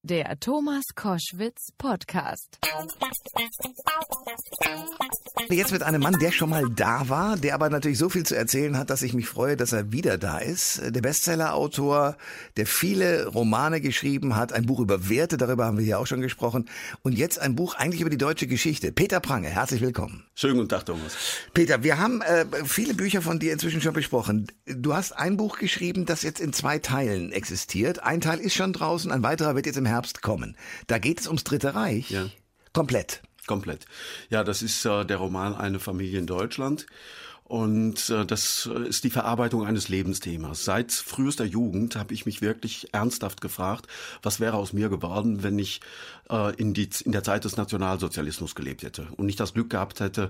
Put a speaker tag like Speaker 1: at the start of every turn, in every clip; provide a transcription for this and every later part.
Speaker 1: Der Thomas Koschwitz Podcast.
Speaker 2: Jetzt mit einem Mann, der schon mal da war, der aber natürlich so viel zu erzählen hat, dass ich mich freue, dass er wieder da ist. Der Bestsellerautor, der viele Romane geschrieben hat, ein Buch über Werte, darüber haben wir ja auch schon gesprochen. Und jetzt ein Buch eigentlich über die deutsche Geschichte. Peter Prange, herzlich willkommen.
Speaker 3: Schönen guten Tag, Thomas.
Speaker 2: Peter, wir haben viele Bücher von dir inzwischen schon besprochen. Du hast ein Buch geschrieben, das jetzt in 2 Teilen existiert. Ein Teil ist schon draußen, ein weiterer wird jetzt im Herbst kommen. Da geht es ums Dritte Reich.
Speaker 3: Ja.
Speaker 2: Komplett.
Speaker 3: Ja, das ist der Roman Eine Familie in Deutschland. Und das ist die Verarbeitung eines Lebensthemas. Seit frühester Jugend habe ich mich wirklich ernsthaft gefragt, was wäre aus mir geworden, wenn ich in der Zeit des Nationalsozialismus gelebt hätte und nicht das Glück gehabt hätte,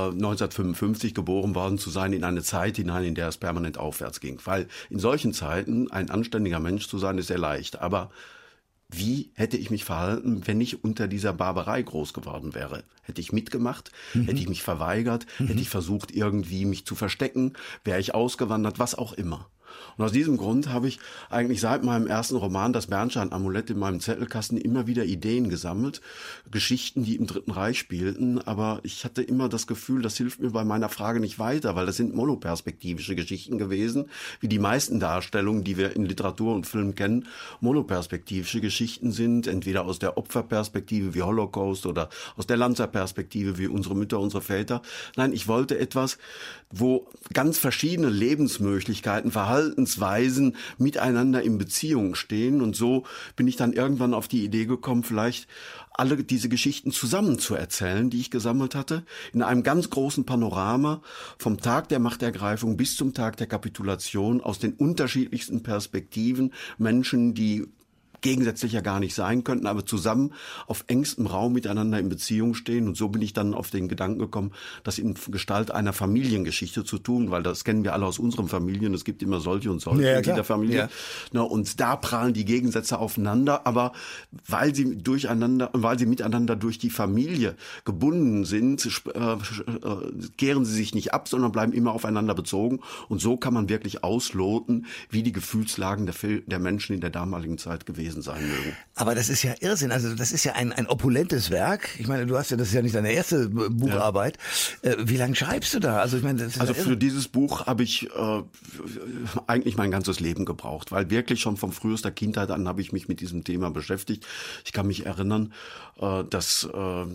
Speaker 3: 1955 geboren worden zu sein in eine Zeit hinein, in der es permanent aufwärts ging. Weil in solchen Zeiten ein anständiger Mensch zu sein, ist sehr leicht. Aber wie hätte ich mich verhalten, wenn ich unter dieser Barbarei groß geworden wäre? Hätte ich mitgemacht? Hätte ich mich verweigert? Hätte ich versucht, irgendwie mich zu verstecken? Wäre ich ausgewandert? Was auch immer. Und aus diesem Grund habe ich eigentlich seit meinem ersten Roman, das Bernstein-Amulett, in meinem Zettelkasten immer wieder Ideen gesammelt, Geschichten, die im Dritten Reich spielten, aber ich hatte immer das Gefühl, das hilft mir bei meiner Frage nicht weiter, weil das sind monoperspektivische Geschichten gewesen, wie die meisten Darstellungen, die wir in Literatur und Film kennen, monoperspektivische Geschichten sind, entweder aus der Opferperspektive wie Holocaust oder aus der Lanzerperspektive wie unsere Mütter, unsere Väter. Nein, ich wollte etwas, wo ganz verschiedene Lebensmöglichkeiten, Verhaltensweisen miteinander in Beziehung stehen. Und so bin ich dann irgendwann auf die Idee gekommen, vielleicht alle diese Geschichten zusammen zu erzählen, die ich gesammelt hatte, in einem ganz großen Panorama vom Tag der Machtergreifung bis zum Tag der Kapitulation aus den unterschiedlichsten Perspektiven, Menschen, die gegensätzlicher gar nicht sein könnten, aber zusammen auf engstem Raum miteinander in Beziehung stehen. Und so bin ich dann auf den Gedanken gekommen, das in Gestalt einer Familiengeschichte zu tun, weil das kennen wir alle aus unseren Familien. Es gibt immer solche und solche in jeder Familie. Ja. Na, und da prallen die Gegensätze aufeinander, aber weil sie miteinander durch die Familie gebunden sind, kehren sie sich nicht ab, sondern bleiben immer aufeinander bezogen. Und so kann man wirklich ausloten, wie die Gefühlslagen der Menschen in der damaligen Zeit gewesen sein mögen.
Speaker 2: Aber das ist ja Irrsinn, also das ist ja ein opulentes Werk. Ich meine, das ist ja nicht deine erste Bucharbeit. Ja. Wie lange schreibst du da? Also ich meine, das ist
Speaker 3: für dieses Buch habe ich eigentlich mein ganzes Leben gebraucht, weil wirklich schon von frühester Kindheit an habe ich mich mit diesem Thema beschäftigt. Ich kann mich erinnern, das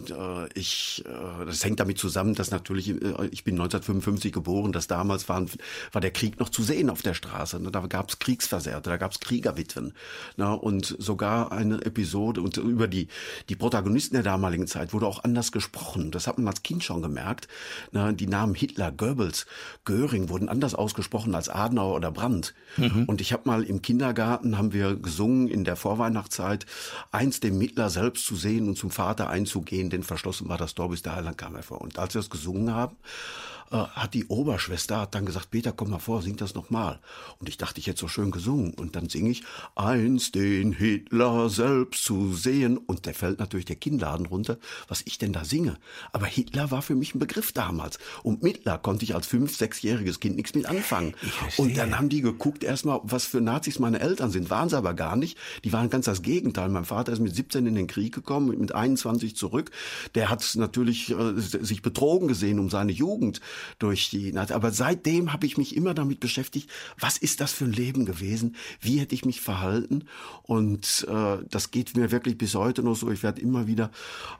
Speaker 3: hängt damit zusammen, dass natürlich, ich bin 1955 geboren, dass damals war der Krieg noch zu sehen auf der Straße. Da gab es Kriegsversehrte, da gab es Kriegerwitwen. Und sogar eine Episode und über die Protagonisten der damaligen Zeit wurde auch anders gesprochen. Das hat man als Kind schon gemerkt. Die Namen Hitler, Goebbels, Göring wurden anders ausgesprochen als Adenauer oder Brandt. Und ich habe mal im Kindergarten, haben wir gesungen in der Vorweihnachtszeit, einst den Hitler selbst zu sehen und zum Vater einzugehen, denn verschlossen war das Tor, bis der Heiland kam hervor. Und als wir das gesungen haben, hat die Oberschwester dann gesagt, Peter, komm mal vor, sing das nochmal. Und ich dachte, ich hätte so schön gesungen. Und dann singe ich, einst den Hitler selbst zu sehen. Und der fällt natürlich der Kinnladen runter, was ich denn da singe. Aber Hitler war für mich ein Begriff damals. Und mit Hitler konnte ich als 5-, 6-jähriges Kind nichts mit anfangen. Und dann haben die geguckt erstmal, was für Nazis meine Eltern sind. Waren sie aber gar nicht. Die waren ganz das Gegenteil. Mein Vater ist mit 17 in den Krieg gekommen, mit 21 zurück. Der hat natürlich sich betrogen gesehen um seine Jugend. Aber seitdem habe ich mich immer damit beschäftigt, was ist das für ein Leben gewesen, wie hätte ich mich verhalten, und das geht mir wirklich bis heute noch so. Ich werde immer wieder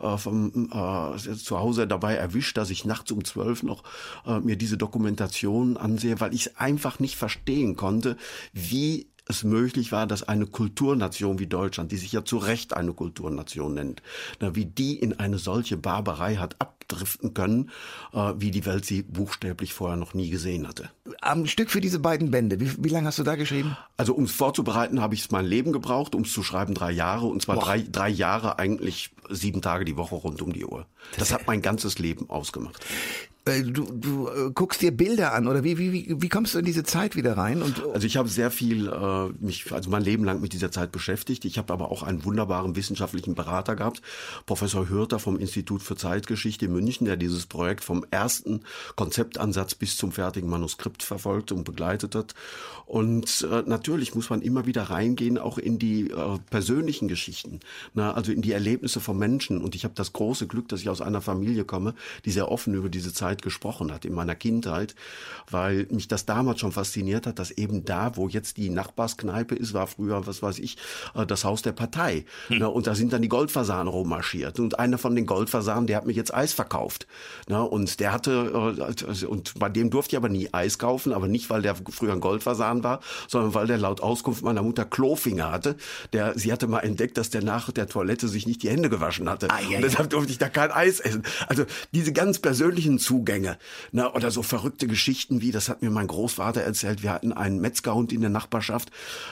Speaker 3: zu Hause dabei erwischt, dass ich nachts um 12 noch mir diese Dokumentation ansehe, weil ich es einfach nicht verstehen konnte, wie es möglich war, dass eine Kulturnation wie Deutschland, die sich ja zu Recht eine Kulturnation nennt, wie die in eine solche Barbarei hat abdriften können, wie die Welt sie buchstäblich vorher noch nie gesehen hatte.
Speaker 2: Am Stück für diese beiden Bände, wie lange hast du da geschrieben?
Speaker 3: Also um es vorzubereiten, habe ich mein Leben gebraucht, um es zu schreiben 3 Jahre, und zwar 3 Jahre eigentlich 7 Tage die Woche rund um die Uhr. Das hat mein ganzes Leben ausgemacht.
Speaker 2: Du guckst dir Bilder an oder wie kommst du in diese Zeit wieder rein?
Speaker 3: Also ich habe sehr viel mein Leben lang mit dieser Zeit beschäftigt. Ich habe aber auch einen wunderbaren wissenschaftlichen Berater gehabt, Professor Hürter vom Institut für Zeitgeschichte in München, der dieses Projekt vom ersten Konzeptansatz bis zum fertigen Manuskript verfolgt und begleitet hat. Und natürlich muss man immer wieder reingehen, auch in die persönlichen Geschichten, also in die Erlebnisse von Menschen. Und ich habe das große Glück, dass ich aus einer Familie komme, die sehr offen über diese Zeit gesprochen hat in meiner Kindheit, weil mich das damals schon fasziniert hat, dass eben da, wo jetzt die Nachbarskneipe ist, war früher, was weiß ich, das Haus der Partei. Und da sind dann die Goldfasane rummarschiert. Und einer von den Goldfasanen, der hat mir jetzt Eis verkauft. Und der hatte, und bei dem durfte ich aber nie Eis kaufen, aber nicht, weil der früher ein Goldfasan war, sondern weil der laut Auskunft meiner Mutter Klofinger hatte. Sie hatte mal entdeckt, dass der nach der Toilette sich nicht die Hände gewaschen hatte. Und deshalb durfte ich da kein Eis essen. Also diese ganz persönlichen Zugänge, oder so verrückte Geschichten wie, das hat mir mein Großvater erzählt, wir hatten einen Metzgerhund in der Nachbarschaft,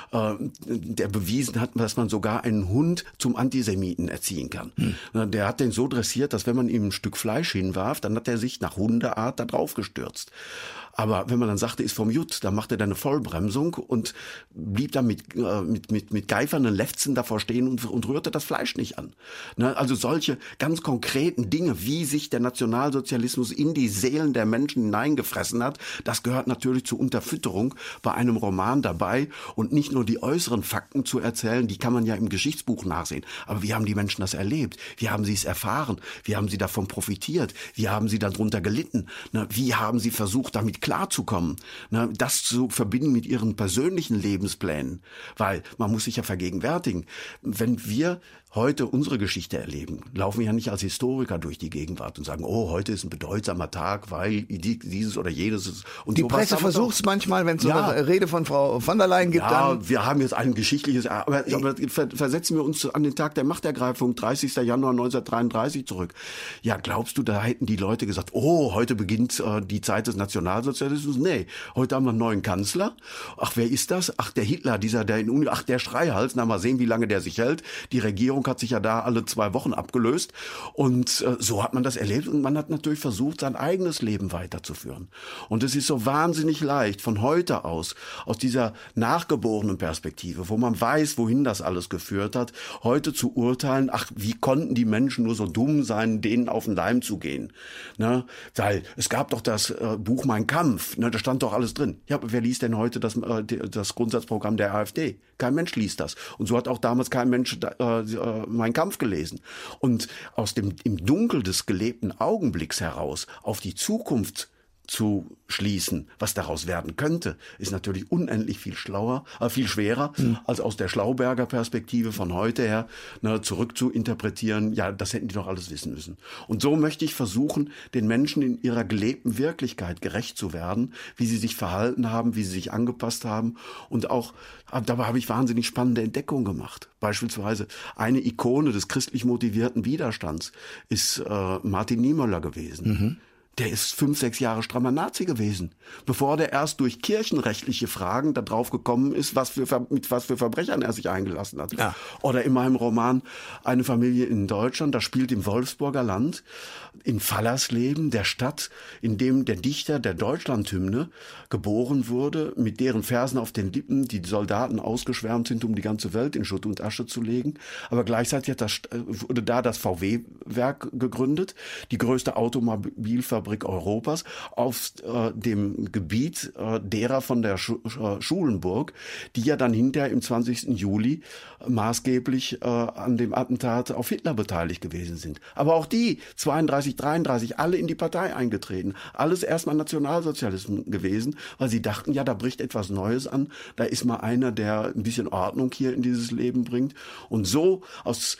Speaker 3: der bewiesen hat, dass man sogar einen Hund zum Antisemiten erziehen kann. Der hat den so dressiert, dass wenn man ihm ein Stück Fleisch hinwarf, dann hat er sich nach Hundeart da drauf gestürzt. Aber wenn man dann sagte, ist vom Jut, dann machte er eine Vollbremsung und blieb dann mit geifernden Lefzen davor stehen und rührte das Fleisch nicht an. Also solche ganz konkreten Dinge, wie sich der Nationalsozialismus in die Seelen der Menschen hineingefressen hat, das gehört natürlich zur Unterfütterung bei einem Roman dabei. Und nicht nur die äußeren Fakten zu erzählen, die kann man ja im Geschichtsbuch nachsehen. Aber wie haben die Menschen das erlebt? Wie haben sie es erfahren? Wie haben sie davon profitiert? Wie haben sie darunter gelitten? Wie haben sie versucht, damit klarzukommen, das zu verbinden mit ihren persönlichen Lebensplänen, weil man muss sich ja vergegenwärtigen, wenn wir heute unsere Geschichte erleben, laufen wir ja nicht als Historiker durch die Gegenwart und sagen, oh, heute ist ein bedeutsamer Tag, weil dieses oder jenes ist. Und
Speaker 2: die Presse versucht es manchmal, wenn es so eine Rede von Frau von der Leyen gibt.
Speaker 3: Ja, wir haben jetzt ein geschichtliches, aber versetzen wir uns an den Tag der Machtergreifung, 30. Januar 1933 zurück. Ja, glaubst du, da hätten die Leute gesagt, oh, heute beginnt die Zeit des Nationalsozialismus? Nee, heute haben wir einen neuen Kanzler. Ach, wer ist das? Ach, der Hitler, der Schreihals, mal sehen, wie lange der sich hält. Die Regierung hat sich ja da alle 2 Wochen abgelöst und so hat man das erlebt und man hat natürlich versucht, sein eigenes Leben weiterzuführen. Und es ist so wahnsinnig leicht, von heute aus dieser nachgeborenen Perspektive, wo man weiß, wohin das alles geführt hat, heute zu urteilen, ach, wie konnten die Menschen nur so dumm sein, denen auf den Leim zu gehen? Weil es gab doch das Buch Mein Kampf, da stand doch alles drin. Ja, wer liest denn heute das Grundsatzprogramm der AfD? Kein Mensch liest das. Und so hat auch damals kein Mensch Mein Kampf gelesen. Und im Dunkel des gelebten Augenblicks heraus auf die Zukunft zu schließen, was daraus werden könnte, ist natürlich unendlich viel schwerer, als aus der Schlauberger Perspektive von heute her zurück zu interpretieren, ja, das hätten die doch alles wissen müssen. Und so möchte ich versuchen, den Menschen in ihrer gelebten Wirklichkeit gerecht zu werden, wie sie sich verhalten haben, wie sie sich angepasst haben. Und auch, dabei habe ich wahnsinnig spannende Entdeckungen gemacht. Beispielsweise eine Ikone des christlich motivierten Widerstands ist Martin Niemöller gewesen. Der ist 5, 6 Jahre strammer Nazi gewesen, bevor der erst durch kirchenrechtliche Fragen darauf gekommen ist, mit was für Verbrechern er sich eingelassen hat. Ja. Oder in meinem Roman Eine Familie in Deutschland, das spielt im Wolfsburger Land, in Fallersleben, der Stadt, in dem der Dichter der Deutschlandhymne geboren wurde, mit deren Versen auf den Lippen die Soldaten ausgeschwärmt sind, um die ganze Welt in Schutt und Asche zu legen. Aber gleichzeitig wurde da das VW-Werk gegründet, die größte Automobilfabrik Europas, auf dem Gebiet derer von der Schulenburg, die ja dann hinterher im 20. Juli maßgeblich an dem Attentat auf Hitler beteiligt gewesen sind. Aber auch die 32, 33, alle in die Partei eingetreten. Alles erstmal Nationalsozialismus gewesen, weil sie dachten, ja, da bricht etwas Neues an. Da ist mal einer, der ein bisschen Ordnung hier in dieses Leben bringt. Und so aus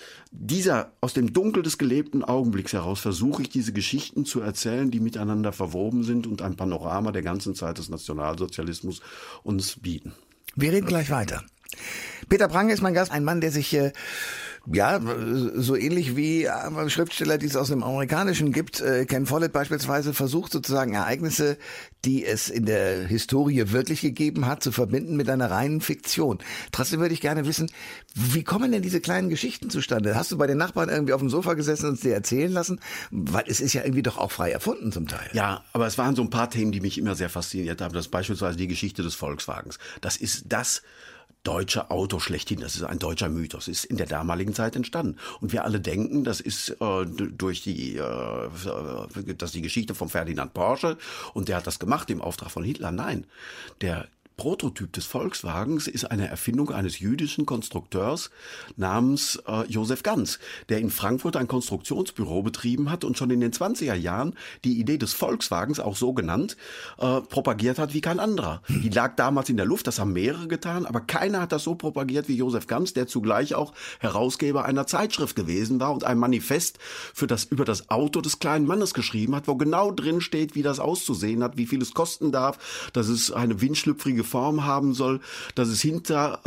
Speaker 3: dem Dunkel des gelebten Augenblicks heraus versuche ich, diese Geschichten zu erzählen, die miteinander verwoben sind und ein Panorama der ganzen Zeit des Nationalsozialismus uns bieten.
Speaker 2: Wir reden gleich weiter. Peter Prange ist mein Gast, ein Mann, der sich Ja, so ähnlich wie Schriftsteller, die es aus dem Amerikanischen gibt. Ken Follett beispielsweise versucht sozusagen Ereignisse, die es in der Historie wirklich gegeben hat, zu verbinden mit einer reinen Fiktion. Trotzdem würde ich gerne wissen, wie kommen denn diese kleinen Geschichten zustande? Hast du bei den Nachbarn irgendwie auf dem Sofa gesessen und es dir erzählen lassen? Weil es ist ja irgendwie doch auch frei erfunden zum Teil.
Speaker 3: Ja, aber es waren so ein paar Themen, die mich immer sehr fasziniert haben. Das ist beispielsweise die Geschichte des Volkswagens. Das ist das deutsche Auto schlechthin, das ist ein deutscher Mythos, ist in der damaligen Zeit entstanden. Und wir alle denken, das ist durch die Geschichte von Ferdinand Porsche und der hat das gemacht im Auftrag von Hitler. Nein, der Prototyp des Volkswagens ist eine Erfindung eines jüdischen Konstrukteurs namens Josef Ganz, der in Frankfurt ein Konstruktionsbüro betrieben hat und schon in den 20er Jahren die Idee des Volkswagens, auch so genannt, propagiert hat wie kein anderer. Die lag damals in der Luft, das haben mehrere getan, aber keiner hat das so propagiert wie Josef Ganz, der zugleich auch Herausgeber einer Zeitschrift gewesen war und ein Manifest über das Auto des kleinen Mannes geschrieben hat, wo genau drin steht, wie das auszusehen hat, wie viel es kosten darf, dass es eine windschlüpfrige Form haben soll, dass es die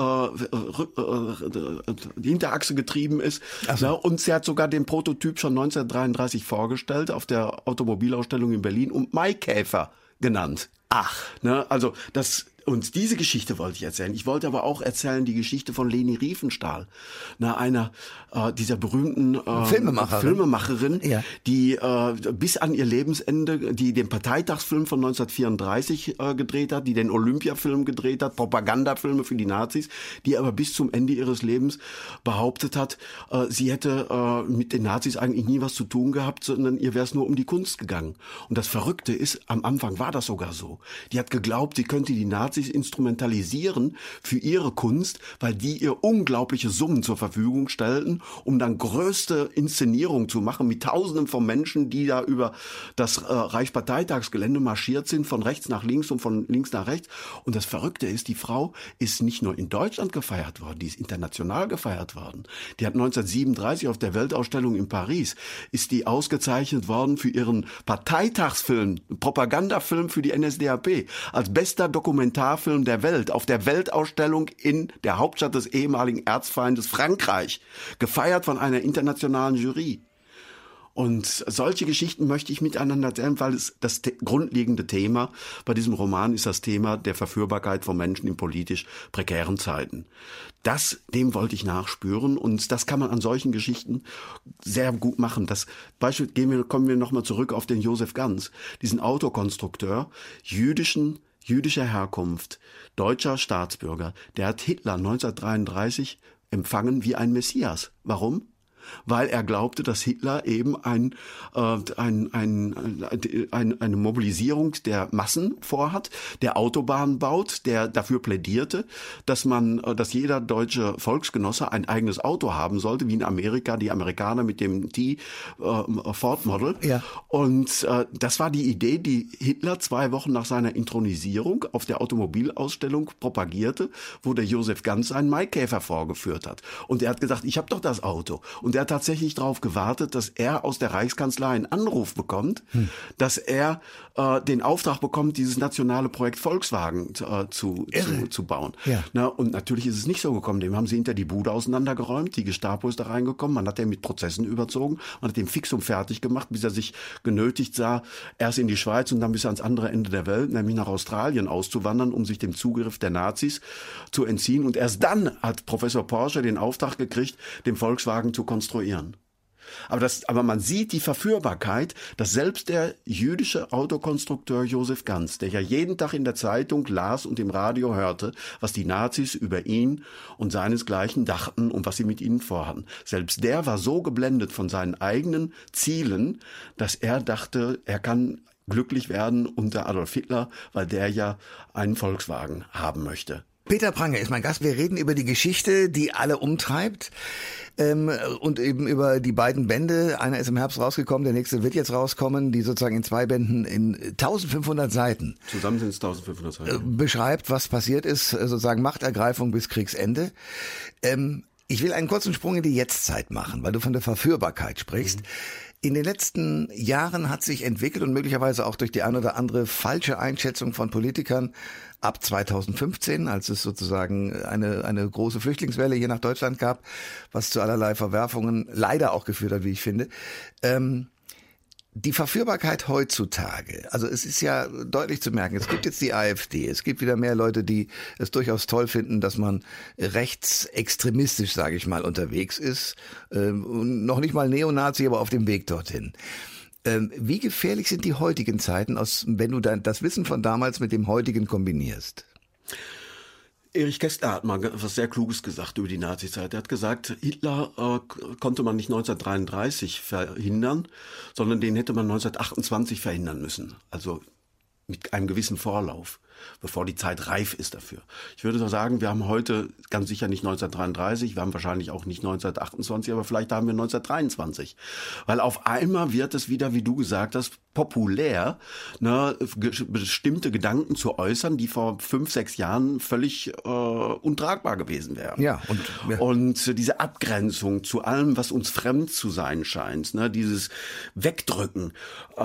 Speaker 3: Hinterachse getrieben ist. So. Ja, und er hat sogar den Prototyp schon 1933 vorgestellt auf der Automobilausstellung in Berlin und Maikäfer genannt.
Speaker 2: Ach.
Speaker 3: Ne, also und diese Geschichte wollte ich erzählen. Ich wollte aber auch erzählen die Geschichte von Leni Riefenstahl, einer dieser berühmten Filmemacherin, ja, die bis an ihr Lebensende, die den Parteitagsfilm von 1934 gedreht hat, die den Olympiafilm gedreht hat, Propagandafilme für die Nazis, die aber bis zum Ende ihres Lebens behauptet hat, sie hätte mit den Nazis eigentlich nie was zu tun gehabt, sondern ihr wäre es nur um die Kunst gegangen. Und das Verrückte ist, am Anfang war das sogar so. Die hat geglaubt, sie könnte die Nazis instrumentalisieren für ihre Kunst, weil die ihr unglaubliche Summen zur Verfügung stellten, um dann größte Inszenierungen zu machen mit Tausenden von Menschen, die da über das Reichsparteitagsgelände marschiert sind, von rechts nach links und von links nach rechts. Und das Verrückte ist, die Frau ist nicht nur in Deutschland gefeiert worden, die ist international gefeiert worden. Die hat 1937 auf der Weltausstellung in Paris, ist die ausgezeichnet worden für ihren Parteitagsfilm, Propagandafilm für die NSDAP, als bester Dokumentarfilm der Welt, auf der Weltausstellung in der Hauptstadt des ehemaligen Erzfeindes Frankreich, gefeiert von einer internationalen Jury. Und solche Geschichten möchte ich miteinander erzählen, weil es das grundlegende Thema bei diesem Roman ist das Thema der Verführbarkeit von Menschen in politisch prekären Zeiten. Dem wollte ich nachspüren und das kann man an solchen Geschichten sehr gut machen. Das Beispiel kommen wir nochmal zurück auf den Josef Ganz, diesen Autokonstrukteur, jüdischer Herkunft, deutscher Staatsbürger, der hat Hitler 1933 empfangen wie ein Messias. Warum? Weil er glaubte, dass Hitler eben eine Mobilisierung der Massen vorhat, der Autobahnen baut, der dafür plädierte, dass jeder deutsche Volksgenosse ein eigenes Auto haben sollte, wie in Amerika, die Amerikaner mit dem Ford Model. Ja. Und das war die Idee, die Hitler 2 Wochen nach seiner Inthronisierung auf der Automobilausstellung propagierte, wo der Josef Ganz einen Maikäfer vorgeführt hat. Und er hat gesagt, ich habe doch das Auto. Und er hat tatsächlich darauf gewartet, dass er aus der Reichskanzlei einen Anruf bekommt, dass er den Auftrag bekommt, dieses nationale Projekt Volkswagen zu bauen. Ja. Und natürlich ist es nicht so gekommen. Dem haben sie hinter die Bude auseinandergeräumt, die Gestapo ist da reingekommen, man hat den mit Prozessen überzogen, man hat den fix und fertig gemacht, bis er sich genötigt sah, erst in die Schweiz und dann bis ans andere Ende der Welt, nämlich nach Australien auszuwandern, um sich dem Zugriff der Nazis zu entziehen. Und erst dann hat Professor Porsche den Auftrag gekriegt, den Volkswagen zu konstruieren. Aber man sieht die Verführbarkeit, dass selbst der jüdische Autokonstrukteur Josef Ganz, der ja jeden Tag in der Zeitung las und im Radio hörte, was die Nazis über ihn und seinesgleichen dachten und was sie mit ihnen vorhatten, selbst der war so geblendet von seinen eigenen Zielen, dass er dachte, er kann glücklich werden unter Adolf Hitler, weil der ja einen Volkswagen haben möchte.
Speaker 2: Peter Prange ist mein Gast. Wir reden über die Geschichte, die alle umtreibt und eben über die beiden Bände. Einer ist im Herbst rausgekommen, der nächste wird jetzt rauskommen, die sozusagen in 2 Bänden in 1500 Seiten.
Speaker 3: Zusammen sind es 1500 Seiten.
Speaker 2: Beschreibt, was passiert ist, sozusagen Machtergreifung bis Kriegsende. Ich will einen kurzen Sprung in die Jetztzeit machen, weil du von der Verführbarkeit sprichst. In den letzten Jahren hat sich entwickelt und möglicherweise auch durch die ein oder andere falsche Einschätzung von Politikern ab 2015, als es sozusagen eine große Flüchtlingswelle hier nach Deutschland gab, was zu allerlei Verwerfungen leider auch geführt hat, wie ich finde. Die Verführbarkeit heutzutage, also es ist ja deutlich zu merken, es gibt jetzt die AfD, es gibt wieder mehr Leute, die es durchaus toll finden, dass man rechtsextremistisch, sage ich mal, unterwegs ist, noch nicht mal Neonazi, aber auf dem Weg dorthin. Wie gefährlich sind die heutigen Zeiten, wenn du das Wissen von damals mit dem heutigen kombinierst?
Speaker 3: Erich Kästner hat mal was sehr Kluges gesagt über die Nazizeit. Er hat gesagt, Hitler konnte man nicht 1933 verhindern, sondern den hätte man 1928 verhindern müssen. Also mit einem gewissen Vorlauf, bevor die Zeit reif ist dafür. Ich würde so sagen, wir haben heute ganz sicher nicht 1933, wir haben wahrscheinlich auch nicht 1928, aber vielleicht haben wir 1923. Weil auf einmal wird es wieder, wie du gesagt hast, populär, bestimmte Gedanken zu äußern, die vor 5, 6 Jahren völlig untragbar gewesen wären.
Speaker 2: Ja,
Speaker 3: und diese Abgrenzung zu allem, was uns fremd zu sein scheint, dieses Wegdrücken,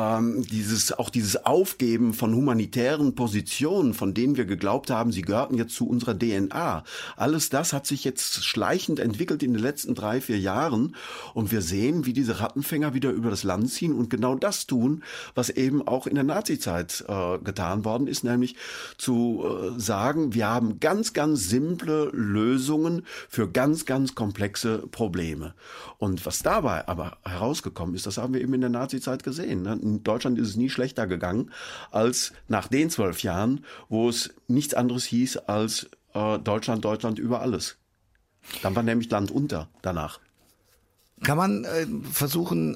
Speaker 3: dieses Aufgeben von humanitären Positionen, von denen wir geglaubt haben, sie gehörten jetzt zu unserer DNA. Alles das hat sich jetzt schleichend entwickelt in den letzten 3, 4 Jahren und wir sehen, wie diese Rattenfänger wieder über das Land ziehen und genau das tun, was eben auch in der Nazizeit getan worden ist, nämlich zu sagen, wir haben ganz, ganz simple Lösungen für ganz, ganz komplexe Probleme. Und was dabei aber herausgekommen ist, das haben wir eben in der Nazizeit gesehen. In Deutschland ist es nie schlechter gegangen als nach den 12 Jahren, wo es nichts anderes hieß als Deutschland, Deutschland über alles. Dann war nämlich Land unter danach.
Speaker 2: Kann man versuchen,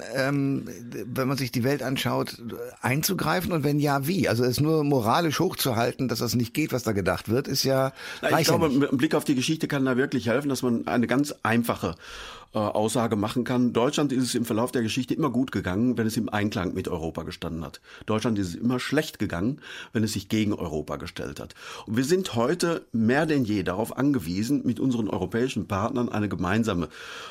Speaker 2: wenn man sich die Welt anschaut, einzugreifen und wenn ja, wie? Also es nur moralisch hochzuhalten, dass das nicht geht, was da gedacht wird, ist ja
Speaker 3: ich glaube, mit einem Blick auf die Geschichte kann da wirklich helfen, dass man eine ganz einfache Aussage machen kann. Deutschland ist es im Verlauf der Geschichte immer gut gegangen, wenn es im Einklang mit Europa gestanden hat. Deutschland ist es immer schlecht gegangen, wenn es sich gegen Europa gestellt hat. Und wir sind heute mehr denn je darauf angewiesen, mit unseren europäischen Partnern eine gemeinsame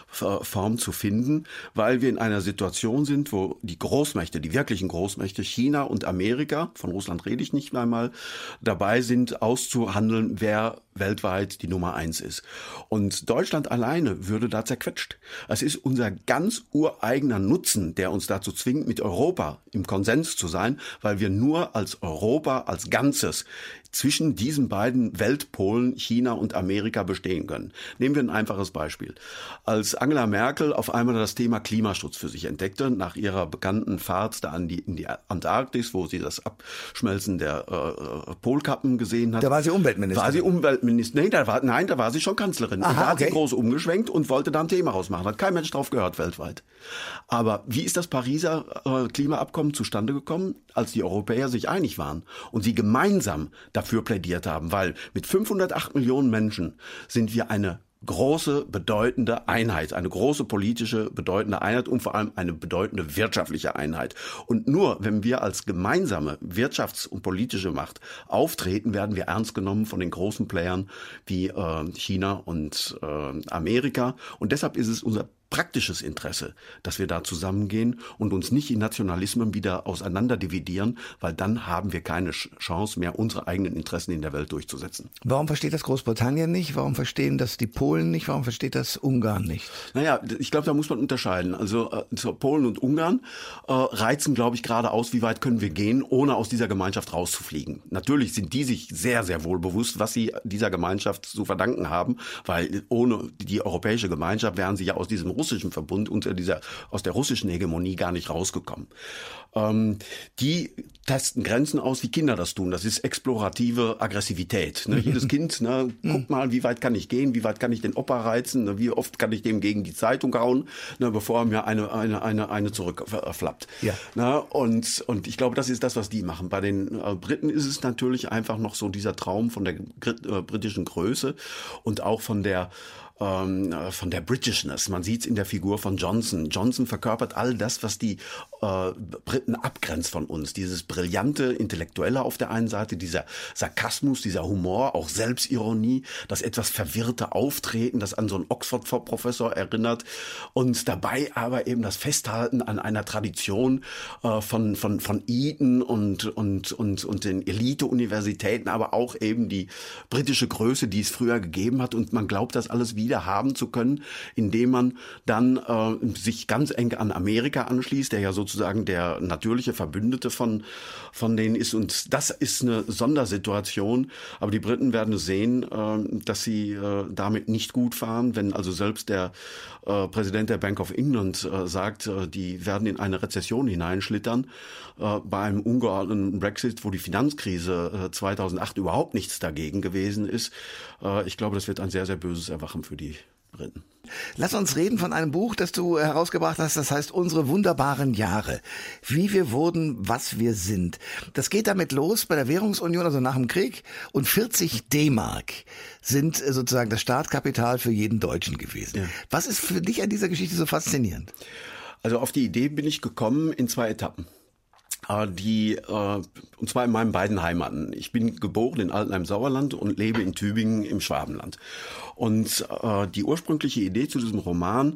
Speaker 3: Form zu finden, weil wir in einer Situation sind, wo die Großmächte, die wirklichen Großmächte, China und Amerika, von Russland rede ich nicht einmal, dabei sind auszuhandeln, wer weltweit die Nummer 1 ist. Und Deutschland alleine würde da zerquetscht. Es ist unser ganz ureigener Nutzen, der uns dazu zwingt, mit Europa im Konsens zu sein, weil wir nur als Europa, als Ganzes zwischen diesen beiden Weltpolen, China und Amerika, bestehen können. Nehmen wir ein einfaches Beispiel. Als Angela Merkel auf einmal das Thema Klimaschutz für sich entdeckte, nach ihrer bekannten Fahrt da in die Antarktis, wo sie das Abschmelzen der Polkappen gesehen hat.
Speaker 2: Da war sie Umweltministerin.
Speaker 3: Nee, da war sie schon Kanzlerin.
Speaker 2: Aha,
Speaker 3: da hat sie groß umgeschwenkt und wollte da ein Thema rausmachen. Hat kein Mensch drauf gehört weltweit. Aber wie ist das Pariser Klimaabkommen zustande gekommen? Als die Europäer sich einig waren und sie gemeinsam dafür plädiert haben, weil mit 508 Millionen Menschen sind wir eine große, bedeutende Einheit, eine große politische, bedeutende Einheit und vor allem eine bedeutende wirtschaftliche Einheit. Und nur wenn wir als gemeinsame wirtschafts- und politische Macht auftreten, werden wir ernst genommen von den großen Playern wie China und Amerika. Und deshalb ist es unser praktisches Interesse, dass wir da zusammengehen und uns nicht in Nationalismen wieder auseinanderdividieren, weil dann haben wir keine Chance mehr, unsere eigenen Interessen in der Welt durchzusetzen.
Speaker 2: Warum versteht das Großbritannien nicht? Warum verstehen das die Polen nicht? Warum versteht das Ungarn nicht?
Speaker 3: Naja, ich glaube, da muss man unterscheiden. Also Polen und Ungarn reizen, glaube ich, gerade aus, wie weit können wir gehen, ohne aus dieser Gemeinschaft rauszufliegen. Natürlich sind die sich sehr, sehr wohl bewusst, was sie dieser Gemeinschaft zu verdanken haben, weil ohne die europäische Gemeinschaft wären sie ja aus diesem russischen Verbund aus der russischen Hegemonie gar nicht rausgekommen. Die testen Grenzen aus, wie Kinder das tun. Das ist explorative Aggressivität. Ne? Jedes Kind, guck mal, wie weit kann ich gehen, wie weit kann ich den Opa reizen, ne? Wie oft kann ich dem gegen die Zeitung hauen, ne? Bevor er mir eine zurückflappt.
Speaker 2: Ja.
Speaker 3: Ne? Und ich glaube, das ist das, was die machen. Bei den Briten ist es natürlich einfach noch so dieser Traum von der britischen Größe und auch von der von der Britishness. Man sieht es in der Figur von Johnson. Johnson verkörpert all das, was die Briten abgrenzt von uns. Dieses brillante Intellektuelle auf der einen Seite, dieser Sarkasmus, dieser Humor, auch Selbstironie, das etwas verwirrte Auftreten, das an so einen Oxford-Professor erinnert und dabei aber eben das Festhalten an einer Tradition von Eton und den Elite-Universitäten, aber auch eben die britische Größe, die es früher gegeben hat, und man glaubt, das alles wieder haben zu können, indem man dann sich ganz eng an Amerika anschließt, der ja sozusagen der natürliche Verbündete von denen ist, und das ist eine Sondersituation, aber die Briten werden sehen, dass sie damit nicht gut fahren, wenn also selbst der Präsident der Bank of England sagt, die werden in eine Rezession hineinschlittern, bei einem ungeordneten Brexit, wo die Finanzkrise 2008 überhaupt nichts dagegen gewesen ist. Ich glaube, das wird ein sehr, sehr böses Erwachen für die Briten.
Speaker 2: Lass uns reden von einem Buch, das du herausgebracht hast, das heißt Unsere wunderbaren Jahre. Wie wir wurden, was wir sind. Das geht damit los bei der Währungsunion, also nach dem Krieg, und 40 D-Mark sind sozusagen das Startkapital für jeden Deutschen gewesen. Ja. Was ist für dich an dieser Geschichte so faszinierend?
Speaker 3: Also auf die Idee bin ich gekommen in 2 Etappen. Und zwar in meinen beiden Heimaten. Ich bin geboren in Altenheim-Sauerland und lebe in Tübingen im Schwabenland. Und die ursprüngliche Idee zu diesem Roman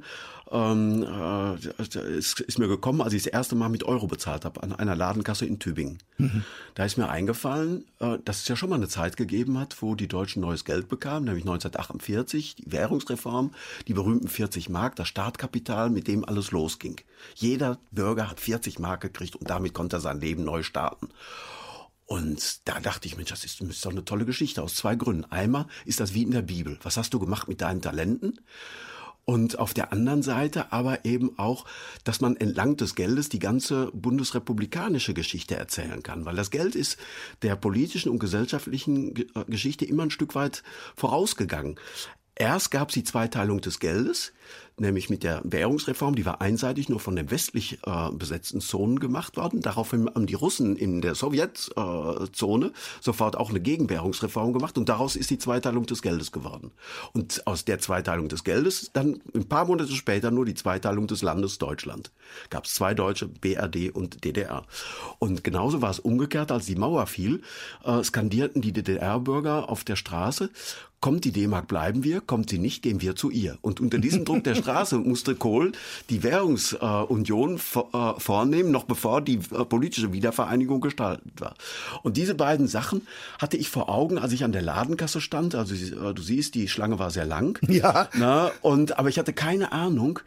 Speaker 3: ist mir gekommen, als ich das erste Mal mit Euro bezahlt habe an einer Ladenkasse in Tübingen. Mhm. Da ist mir eingefallen, dass es ja schon mal eine Zeit gegeben hat, wo die Deutschen neues Geld bekamen, nämlich 1948, die Währungsreform, die berühmten 40 Mark, das Startkapital, mit dem alles losging. Jeder Bürger hat 40 Mark gekriegt und damit konnte er sein Leben neu starten. Und da dachte ich, Mensch, das ist doch eine tolle Geschichte aus 2 Gründen. Einmal ist das wie in der Bibel. Was hast du gemacht mit deinen Talenten? Und auf der anderen Seite aber eben auch, dass man entlang des Geldes die ganze bundesrepublikanische Geschichte erzählen kann. Weil das Geld ist der politischen und gesellschaftlichen Geschichte immer ein Stück weit vorausgegangen. Erst gab es die Zweiteilung des Geldes, nämlich mit der Währungsreform, die war einseitig nur von den westlich besetzten Zonen gemacht worden. Daraufhin haben die Russen in der Sowjetzone sofort auch eine Gegenwährungsreform gemacht und daraus ist die Zweiteilung des Geldes geworden. Und aus der Zweiteilung des Geldes dann ein paar Monate später nur die Zweiteilung des Landes Deutschland. Gab es 2 Deutsche, BRD und DDR. Und genauso war es umgekehrt, als die Mauer fiel, skandierten die DDR-Bürger auf der Straße: Kommt die D-Mark, bleiben wir, kommt sie nicht, gehen wir zu ihr. Und unter diesem Druck der Straße musste Kohl die Währungsunion vornehmen, noch bevor die politische Wiedervereinigung gestaltet war. Und diese beiden Sachen hatte ich vor Augen, als ich an der Ladenkasse stand. Also du siehst, die Schlange war sehr lang.
Speaker 2: Ja.
Speaker 3: Aber ich hatte keine Ahnung,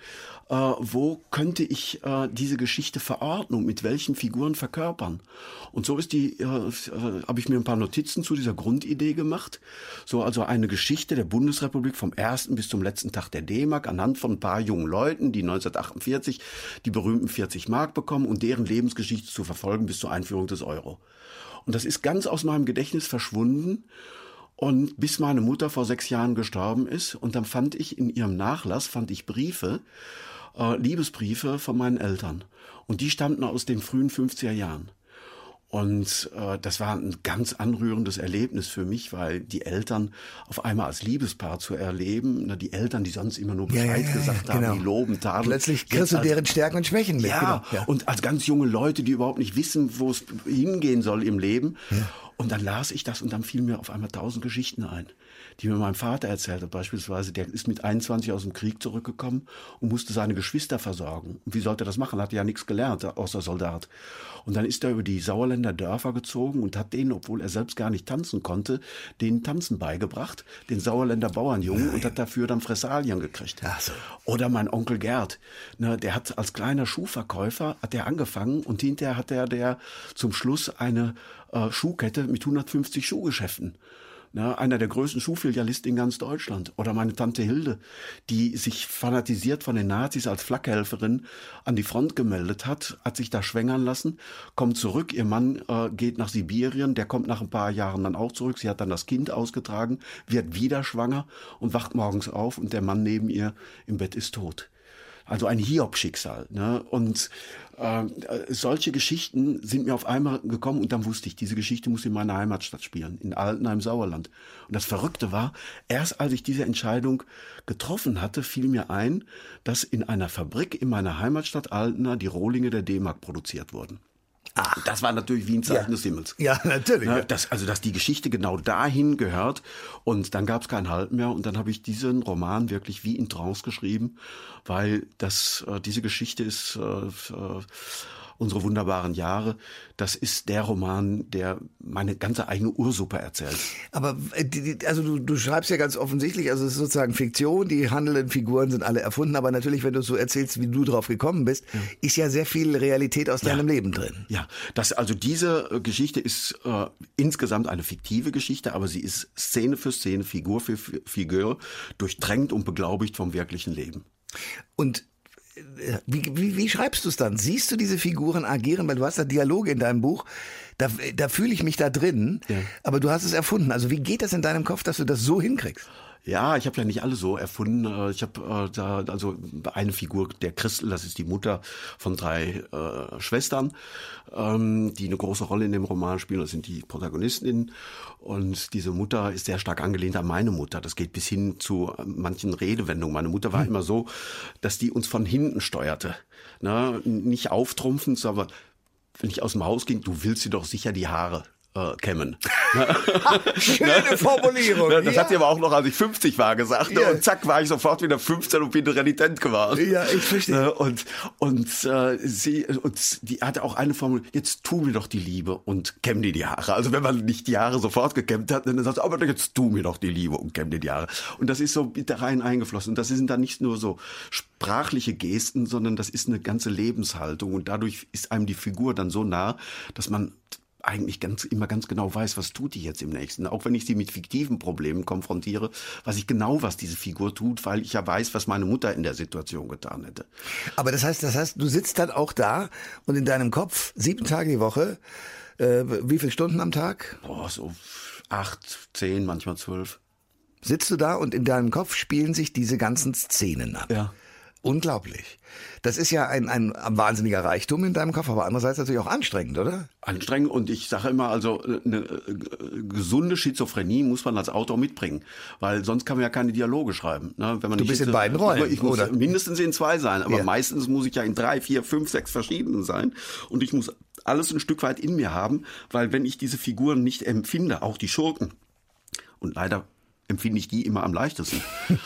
Speaker 3: wo könnte ich diese Geschichte verordnen, mit welchen Figuren verkörpern. Und so habe ich mir ein paar Notizen zu dieser Grundidee gemacht. So also eine Geschichte der Bundesrepublik vom ersten bis zum letzten Tag der D-Mark anhand von ein paar jungen Leuten, die 1948 die berühmten 40 Mark bekommen und deren Lebensgeschichte zu verfolgen bis zur Einführung des Euro. Und das ist ganz aus meinem Gedächtnis verschwunden. Und bis meine Mutter vor 6 Jahren gestorben ist, und dann fand ich in ihrem Nachlass Briefe, Liebesbriefe von meinen Eltern. Und die stammten aus den frühen 50er Jahren. Und das war ein ganz anrührendes Erlebnis für mich, weil die Eltern auf einmal als Liebespaar zu erleben, die Eltern, die sonst immer nur Bescheid gesagt haben, die loben, tadeln.
Speaker 2: Plötzlich kriegst du deren Stärken und Schwächen mit.
Speaker 3: Ja, genau. Und als ganz junge Leute, die überhaupt nicht wissen, wo es hingehen soll im Leben. Ja. Und dann las ich das und dann fielen mir auf einmal 1000 Geschichten ein, die mir mein Vater erzählt hat. Beispielsweise, der ist mit 21 aus dem Krieg zurückgekommen und musste seine Geschwister versorgen. Und wie sollte er das machen? Hat ja nichts gelernt, außer Soldat. Und dann ist er über die Sauerländer Dörfer gezogen und hat denen, obwohl er selbst gar nicht tanzen konnte, denen Tanzen beigebracht, den Sauerländer Bauernjungen, und hat dafür dann Fressalien gekriegt. Ach so. Oder mein Onkel Gerd, der hat als kleiner Schuhverkäufer hat er angefangen und hinterher hat der zum Schluss eine Schuhkette mit 150 Schuhgeschäften. Einer der größten Schuhfilialisten in ganz Deutschland. Oder meine Tante Hilde, die sich fanatisiert von den Nazis als Flakhelferin an die Front gemeldet hat sich da schwängern lassen, kommt zurück, ihr Mann geht nach Sibirien, der kommt nach ein paar Jahren dann auch zurück, sie hat dann das Kind ausgetragen, wird wieder schwanger und wacht morgens auf und der Mann neben ihr im Bett ist tot. Also ein Hiob-Schicksal. Ne? Und solche Geschichten sind mir auf einmal gekommen und dann wusste ich, diese Geschichte muss in meiner Heimatstadt spielen, in Altenheim, Sauerland. Und das Verrückte war, erst als ich diese Entscheidung getroffen hatte, fiel mir ein, dass in einer Fabrik in meiner Heimatstadt Altena die Rohlinge der D-Mark produziert wurden. Ach, das war natürlich wie ein Zeichen des Himmels.
Speaker 2: Ja, natürlich.
Speaker 3: Ja, dass die Geschichte genau dahin gehört. Und dann gab es kein Halt mehr. Und dann habe ich diesen Roman wirklich wie in Trance geschrieben, weil diese Geschichte ist unsere wunderbaren Jahre. Das ist der Roman, der meine ganze eigene Ursuppe erzählt.
Speaker 2: Aber also du schreibst ja ganz offensichtlich, also es ist sozusagen Fiktion, die handelnden Figuren sind alle erfunden, aber natürlich, wenn du so erzählst, wie du drauf gekommen bist, ist ja sehr viel Realität aus deinem Leben drin.
Speaker 3: Ja, also diese Geschichte ist insgesamt eine fiktive Geschichte, aber sie ist Szene für Szene, Figur für Figur durchdrängt und beglaubigt vom wirklichen Leben.
Speaker 2: Und wie schreibst du es dann? Siehst du diese Figuren agieren? Weil du hast da Dialoge in deinem Buch, da fühle ich mich da drin, aber du hast es erfunden. Also wie geht das in deinem Kopf, dass du das so hinkriegst?
Speaker 3: Ja, ich habe ja nicht alle so erfunden. Ich habe da also eine Figur, der Christel, das ist die Mutter von 3 Schwestern, die eine große Rolle in dem Roman spielen. Das sind die Protagonistinnen. Und diese Mutter ist sehr stark angelehnt an meine Mutter. Das geht bis hin zu manchen Redewendungen. Meine Mutter war immer so, dass die uns von hinten steuerte. Ne? Nicht auftrumpfend, aber wenn ich aus dem Haus ging, du willst dir doch sicher die Haare kämmen.
Speaker 2: Schöne Formulierung.
Speaker 3: Das hat sie aber auch noch, als ich 50 war, gesagt. Ja. Und zack, war ich sofort wieder 15 und bin renitent geworden.
Speaker 2: Ja, ich verstehe.
Speaker 3: Und die hatte auch eine Formel, jetzt tu mir doch die Liebe und kämm dir die Haare. Also wenn man nicht die Haare sofort gekämmt hat, dann sagt sie, aber jetzt tu mir doch die Liebe und kämm dir die Haare. Und das ist so da rein eingeflossen. Und das sind dann nicht nur so sprachliche Gesten, sondern das ist eine ganze Lebenshaltung. Und dadurch ist einem die Figur dann so nah, dass man eigentlich immer ganz genau weiß, was tut die jetzt im Nächsten. Auch wenn ich sie mit fiktiven Problemen konfrontiere, weiß ich genau, was diese Figur tut, weil ich ja weiß, was meine Mutter in der Situation getan hätte.
Speaker 2: Aber das heißt, du sitzt dann auch da und in deinem Kopf 7 Tage die Woche, wie viele Stunden am Tag?
Speaker 3: So 8, 10, manchmal 12.
Speaker 2: Sitzt du da und in deinem Kopf spielen sich diese ganzen Szenen ab.
Speaker 3: Ja.
Speaker 2: Unglaublich. Das ist ja ein wahnsinniger Reichtum in deinem Kopf, aber andererseits natürlich auch anstrengend, oder?
Speaker 3: Anstrengend, und ich sage immer, also eine gesunde Schizophrenie muss man als Autor mitbringen, weil sonst kann man ja keine Dialoge schreiben. Ne? Wenn man
Speaker 2: du bist in beiden Rollen,
Speaker 3: ich muss
Speaker 2: oder?
Speaker 3: Mindestens in 2 sein, aber meistens muss ich ja in 3, 4, 5, 6 verschiedenen sein, und ich muss alles ein Stück weit in mir haben, weil wenn ich diese Figuren nicht empfinde, auch die Schurken, und leider empfinde ich die immer am leichtesten.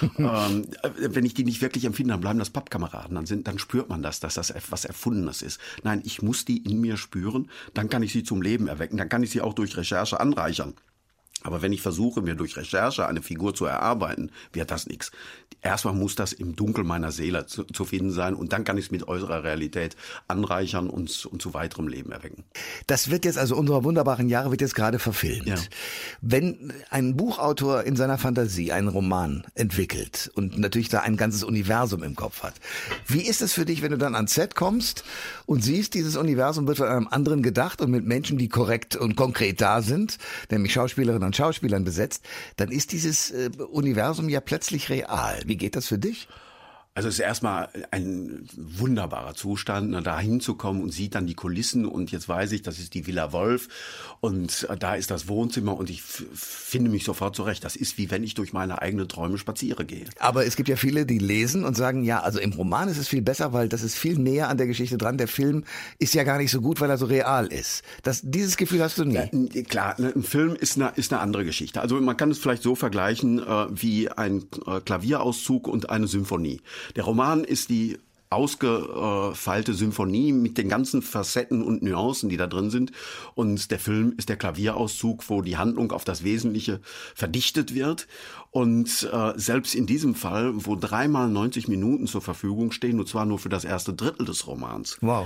Speaker 3: Wenn ich die nicht wirklich empfinde, dann bleiben das Pappkameraden. Dann spürt man dass das etwas Erfundenes ist. Nein, ich muss die in mir spüren, dann kann ich sie zum Leben erwecken, dann kann ich sie auch durch Recherche anreichern. Aber wenn ich versuche, mir durch Recherche eine Figur zu erarbeiten, wird das nichts. Erstmal muss das im Dunkel meiner Seele zu finden sein, und dann kann ich es mit äußerer Realität anreichern und zu weiterem Leben erwecken.
Speaker 2: Das wird jetzt, also unserer wunderbaren Jahre wird jetzt gerade verfilmt. Ja. Wenn ein Buchautor in seiner Fantasie einen Roman entwickelt und natürlich da ein ganzes Universum im Kopf hat, wie ist es für dich, wenn du dann ans Set kommst und siehst, dieses Universum wird von einem anderen gedacht und mit Menschen, die korrekt und konkret da sind, nämlich Schauspielerinnen und Schauspielern besetzt, dann ist dieses Universum ja plötzlich real. Wie geht das für dich?
Speaker 3: Also es ist erstmal ein wunderbarer Zustand, da hinzukommen, und sieht dann die Kulissen, und jetzt weiß ich, das ist die Villa Wolf und da ist das Wohnzimmer, und ich finde mich sofort zurecht. Das ist wie wenn ich durch meine eigenen Träume spaziere gehe.
Speaker 2: Aber es gibt ja viele, die lesen und sagen, ja, also im Roman ist es viel besser, weil das ist viel näher an der Geschichte dran. Der Film ist ja gar nicht so gut, weil er so real ist. Dieses Gefühl hast du nie.
Speaker 3: Ja, klar, ein Film ist eine andere Geschichte. Also man kann es vielleicht so vergleichen wie ein Klavierauszug und eine Symphonie. Der Roman ist die ausgefeilte Symphonie mit den ganzen Facetten und Nuancen, die da drin sind. Und der Film ist der Klavierauszug, wo die Handlung auf das Wesentliche verdichtet wird. Und selbst in diesem Fall, wo 3 mal 90 Minuten zur Verfügung stehen, und zwar nur für das erste Drittel des Romans,
Speaker 2: wow,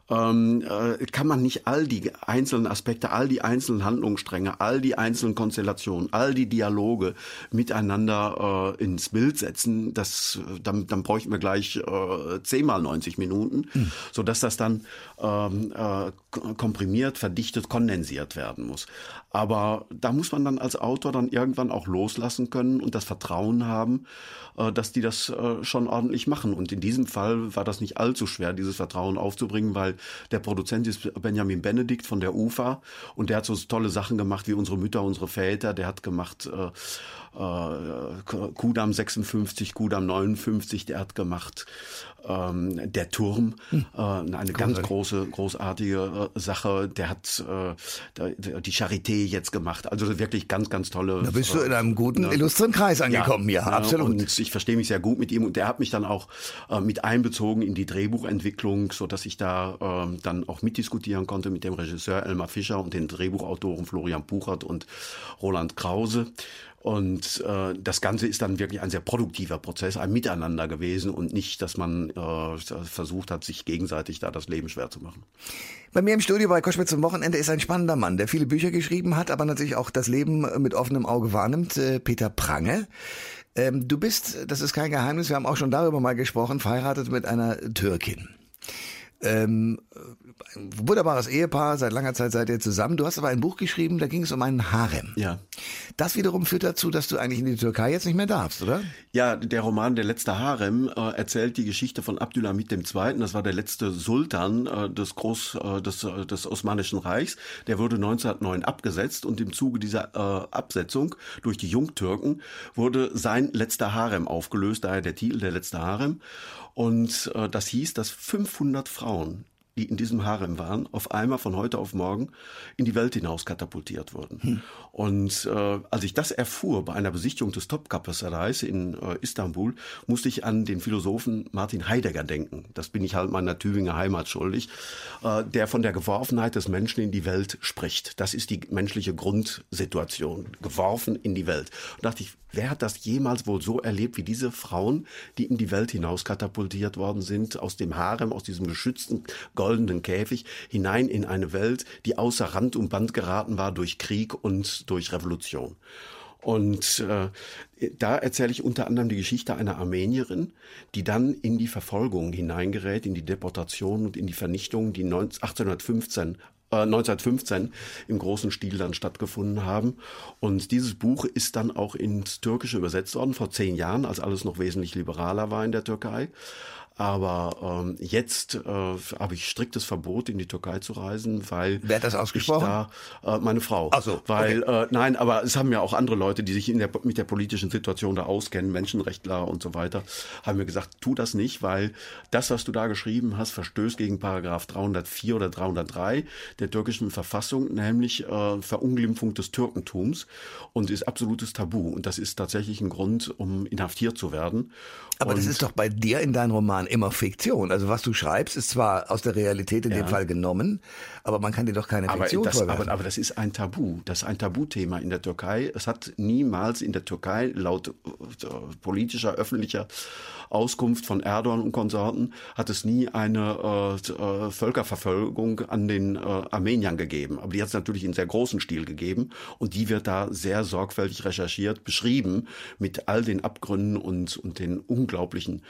Speaker 3: kann man nicht all die einzelnen Aspekte, all die einzelnen Handlungsstränge, all die einzelnen Konstellationen, all die Dialoge miteinander ins Bild setzen. Dann bräuchten wir gleich 10-mal 90 Minuten, sodass das dann komprimiert, verdichtet, kondensiert werden muss. Aber da muss man dann als Autor dann irgendwann auch loslassen können und das Vertrauen haben, dass die das schon ordentlich machen. Und in diesem Fall war das nicht allzu schwer, dieses Vertrauen aufzubringen, weil der Produzent ist Benjamin Benedikt von der UFA und der hat so tolle Sachen gemacht wie Unsere Mütter, unsere Väter. Der hat gemacht Kudamm 56, Kudamm 59, der hat gemacht Der Turm, eine ganz großartige Sache. Der hat die Charité jetzt gemacht. Also wirklich ganz, ganz tolle.
Speaker 2: Da bist du in einem guten, illustren Kreis angekommen, ja, absolut.
Speaker 3: Und ich verstehe mich sehr gut mit ihm und der hat mich dann auch mit einbezogen in die Drehbuchentwicklung, so dass ich da dann auch mitdiskutieren konnte mit dem Regisseur Elmar Fischer und den Drehbuchautoren Florian Puchert und Roland Krause. Und das Ganze ist dann wirklich ein sehr produktiver Prozess, ein Miteinander gewesen und nicht, dass man versucht hat, sich gegenseitig da das Leben schwer zu machen.
Speaker 2: Bei mir im Studio bei Koschwitz zum Wochenende ist ein spannender Mann, der viele Bücher geschrieben hat, aber natürlich auch das Leben mit offenem Auge wahrnimmt, Peter Prange. Du bist, das ist kein Geheimnis, wir haben auch schon darüber mal gesprochen, verheiratet mit einer Türkin. Ein wunderbares Ehepaar, seit langer Zeit seid ihr zusammen. Du hast aber ein Buch geschrieben, da ging es um einen Harem.
Speaker 3: Ja.
Speaker 2: Das wiederum führt dazu, dass du eigentlich in die Türkei jetzt nicht mehr darfst, oder?
Speaker 3: Ja, der Roman Der letzte Harem erzählt die Geschichte von Abdülhamid II. Das war der letzte Sultan des Osmanischen Reichs. Der wurde 1909 abgesetzt und im Zuge dieser Absetzung durch die Jungtürken wurde sein letzter Harem aufgelöst, daher der Titel Der letzte Harem. Und das hieß, dass 500 Frauen, die in diesem Harem waren, auf einmal von heute auf morgen in die Welt hinaus katapultiert wurden. Und als ich das erfuhr bei einer Besichtigung des Topkapı in Istanbul, musste ich an den Philosophen Martin Heidegger denken. Das bin ich halt meiner Tübinger Heimat schuldig, der von der Geworfenheit des Menschen in die Welt spricht. Das ist die menschliche Grundsituation, geworfen in die Welt. Und dachte ich, wer hat das jemals wohl so erlebt wie diese Frauen, die in die Welt hinaus katapultiert worden sind, aus dem Harem, aus diesem geschützten goldenen Käfig, hinein in eine Welt, die außer Rand und Band geraten war durch Krieg und durch Revolution. Und da erzähle ich unter anderem die Geschichte einer Armenierin, die dann in die Verfolgung hineingerät, in die Deportation und in die Vernichtung, die 1915 im großen Stil dann stattgefunden haben. Und dieses Buch ist dann auch ins Türkische übersetzt worden, vor 10 Jahren, als alles noch wesentlich liberaler war in der Türkei. Aber jetzt habe ich striktes Verbot, in die Türkei zu reisen, weil
Speaker 2: wer hat das ausgesprochen?
Speaker 3: Meine Frau.
Speaker 2: Ach so,
Speaker 3: weil nein, aber es haben ja auch andere Leute, die sich mit der politischen Situation da auskennen, Menschenrechtler und so weiter, haben mir gesagt, tu das nicht, weil das, was du da geschrieben hast, verstößt gegen Paragraph 304 oder 303 der türkischen Verfassung, nämlich Verunglimpfung des Türkentums und ist absolutes Tabu. Und das ist tatsächlich ein Grund, um inhaftiert zu werden.
Speaker 2: Aber das ist doch bei dir in deinem Roman immer Fiktion. Also was du schreibst, ist zwar aus der Realität in dem Fall genommen, aber man kann dir doch keine Fiktion vorwerfen.
Speaker 3: Aber das ist ein Tabu. Das ist ein Tabuthema in der Türkei. Es hat niemals in der Türkei laut politischer, öffentlicher Auskunft von Erdogan und Konsorten hat es nie eine Völkerverfolgung an den Armeniern gegeben. Aber die hat es natürlich in sehr großen Stil gegeben und die wird da sehr sorgfältig recherchiert, beschrieben mit all den Abgründen und den unglaublichen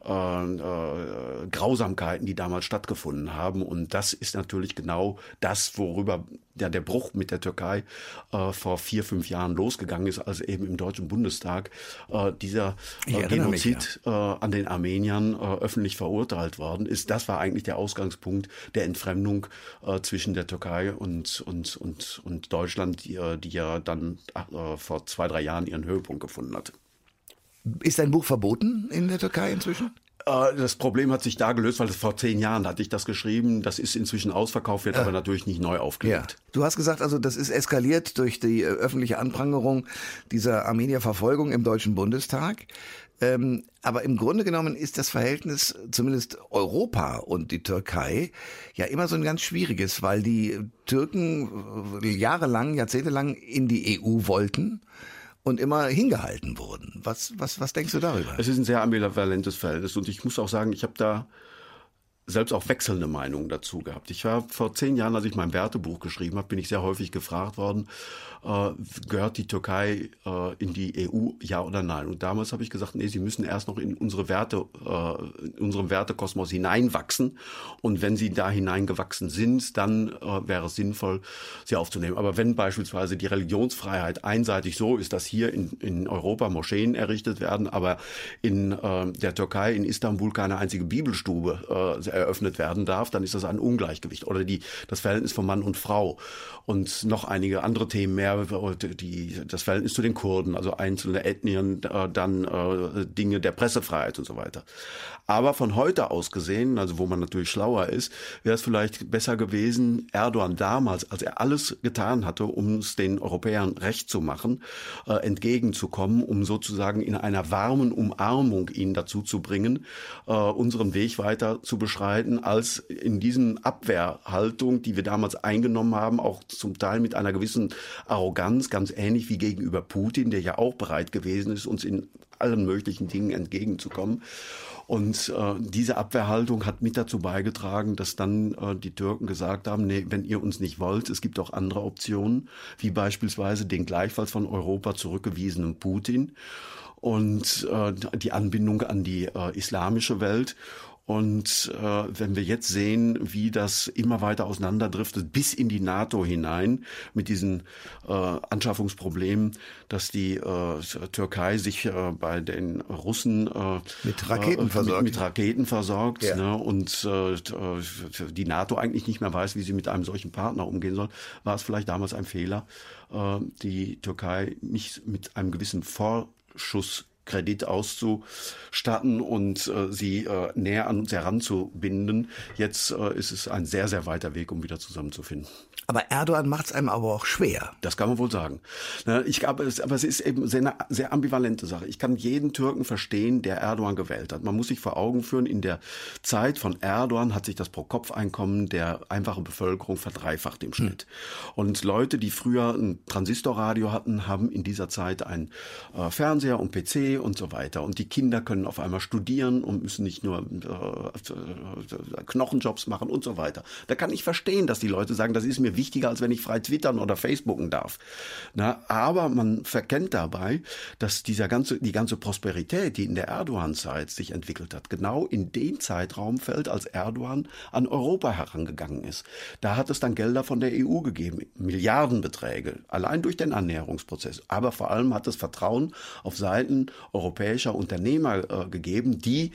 Speaker 3: Grausamkeiten, die damals stattgefunden haben. Und das ist natürlich genau das, worüber der Bruch mit der Türkei vor 4-5 Jahren losgegangen ist, als eben im Deutschen Bundestag dieser Genozid an den Armeniern öffentlich verurteilt worden ist. Das war eigentlich der Ausgangspunkt der Entfremdung zwischen der Türkei und Deutschland, die ja dann vor 2-3 Jahren ihren Höhepunkt gefunden hat.
Speaker 2: Ist dein Buch verboten in der Türkei inzwischen?
Speaker 3: Das Problem hat sich da gelöst, weil vor 10 Jahren hatte ich das geschrieben. Das ist inzwischen ausverkauft, wird aber natürlich nicht neu aufgelegt.
Speaker 2: Ja. Du hast gesagt, also das ist eskaliert durch die öffentliche Anprangerung dieser Armenier-Verfolgung im Deutschen Bundestag. Aber im Grunde genommen ist das Verhältnis, zumindest Europa und die Türkei, ja immer so ein ganz schwieriges, weil die Türken jahrzehntelang in die EU wollten und immer hingehalten wurden. Was denkst du darüber?
Speaker 3: Es ist ein sehr ambivalentes Verhältnis und ich muss auch sagen, ich habe da selbst auch wechselnde Meinungen dazu gehabt. Ich war vor 10 Jahren, als ich mein Wertebuch geschrieben habe, bin ich sehr häufig gefragt worden, gehört die Türkei in die EU, ja oder nein? Und damals habe ich gesagt, nee, sie müssen erst noch in unsere Werte, in unseren Wertekosmos hineinwachsen. Und wenn sie da hineingewachsen sind, dann wäre es sinnvoll, sie aufzunehmen. Aber wenn beispielsweise die Religionsfreiheit einseitig so ist, dass hier in Europa Moscheen errichtet werden, aber in der Türkei, in Istanbul keine einzige Bibelstube eröffnet werden darf, dann ist das ein Ungleichgewicht. Oder das Verhältnis von Mann und Frau. Und noch einige andere Themen mehr, das Verhältnis zu den Kurden, also einzelne Ethnien, dann Dinge der Pressefreiheit und so weiter. Aber von heute aus gesehen, also wo man natürlich schlauer ist, wäre es vielleicht besser gewesen, Erdogan damals, als er alles getan hatte, um es den Europäern recht zu machen, entgegenzukommen, um sozusagen in einer warmen Umarmung ihn dazu zu bringen, unseren Weg weiter zu beschreiten, als in diesen Abwehrhaltung, die wir damals eingenommen haben, auch zum Teil mit einer gewissen Arroganz, ganz ähnlich wie gegenüber Putin, der ja auch bereit gewesen ist, uns in allen möglichen Dingen entgegenzukommen. Und diese Abwehrhaltung hat mit dazu beigetragen, dass dann die Türken gesagt haben, nee, wenn ihr uns nicht wollt, es gibt auch andere Optionen, wie beispielsweise den gleichfalls von Europa zurückgewiesenen Putin und die Anbindung an die islamische Welt. Und wenn wir jetzt sehen, wie das immer weiter auseinanderdriftet bis in die NATO hinein mit diesen Anschaffungsproblemen, dass die Türkei sich bei den Russen
Speaker 2: mit Raketen
Speaker 3: versorgt,
Speaker 2: ja.
Speaker 3: Ne, und die NATO eigentlich nicht mehr weiß, wie sie mit einem solchen Partner umgehen soll, war es vielleicht damals ein Fehler, die Türkei nicht mit einem gewissen Vorschusskredit auszustatten und sie näher an uns heranzubinden. Jetzt ist es ein sehr, sehr weiter Weg, um wieder zusammenzufinden.
Speaker 2: Aber Erdogan macht es einem aber auch schwer.
Speaker 3: Das kann man wohl sagen. Aber es ist eben eine sehr ambivalente Sache. Ich kann jeden Türken verstehen, der Erdogan gewählt hat. Man muss sich vor Augen führen, in der Zeit von Erdogan hat sich das Pro-Kopf-Einkommen der einfachen Bevölkerung verdreifacht im Schnitt. Und Leute, die früher ein Transistorradio hatten, haben in dieser Zeit einen Fernseher und PC und so weiter. Und die Kinder können auf einmal studieren und müssen nicht nur Knochenjobs machen und so weiter. Da kann ich verstehen, dass die Leute sagen, das ist mir wichtiger, als wenn ich frei twittern oder Facebooken darf. Aber man verkennt dabei, dass die ganze Prosperität, die in der Erdogan-Zeit sich entwickelt hat, genau in den Zeitraum fällt, als Erdogan an Europa herangegangen ist. Da hat es dann Gelder von der EU gegeben, Milliardenbeträge, allein durch den Annäherungsprozess. Aber vor allem hat es Vertrauen auf Seiten europäischer Unternehmer gegeben, die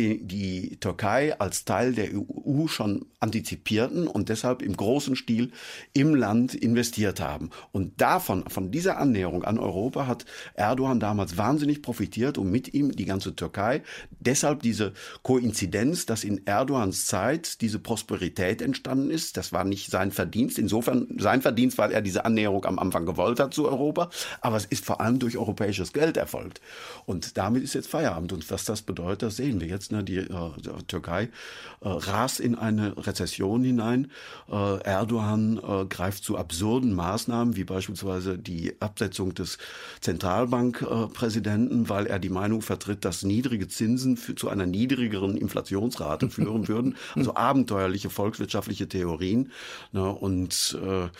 Speaker 3: Türkei als Teil der EU schon antizipierten und deshalb im großen Stil im Land investiert haben. Und von dieser Annäherung an Europa hat Erdogan damals wahnsinnig profitiert und mit ihm die ganze Türkei. Deshalb diese Koinzidenz, dass in Erdogans Zeit diese Prosperität entstanden ist. Das war nicht sein Verdienst. Insofern sein Verdienst, weil er diese Annäherung am Anfang gewollt hat zu Europa. Aber es ist vor allem durch europäisches Geld erfolgt. Und damit ist jetzt Feierabend. Und was das bedeutet, das sehen wir jetzt. Die Türkei rast in eine Rezession hinein. Erdogan greift zu absurden Maßnahmen, wie beispielsweise die Absetzung des Zentralbankpräsidenten, weil er die Meinung vertritt, dass niedrige Zinsen zu einer niedrigeren Inflationsrate führen würden. Also abenteuerliche volkswirtschaftliche Theorien. Und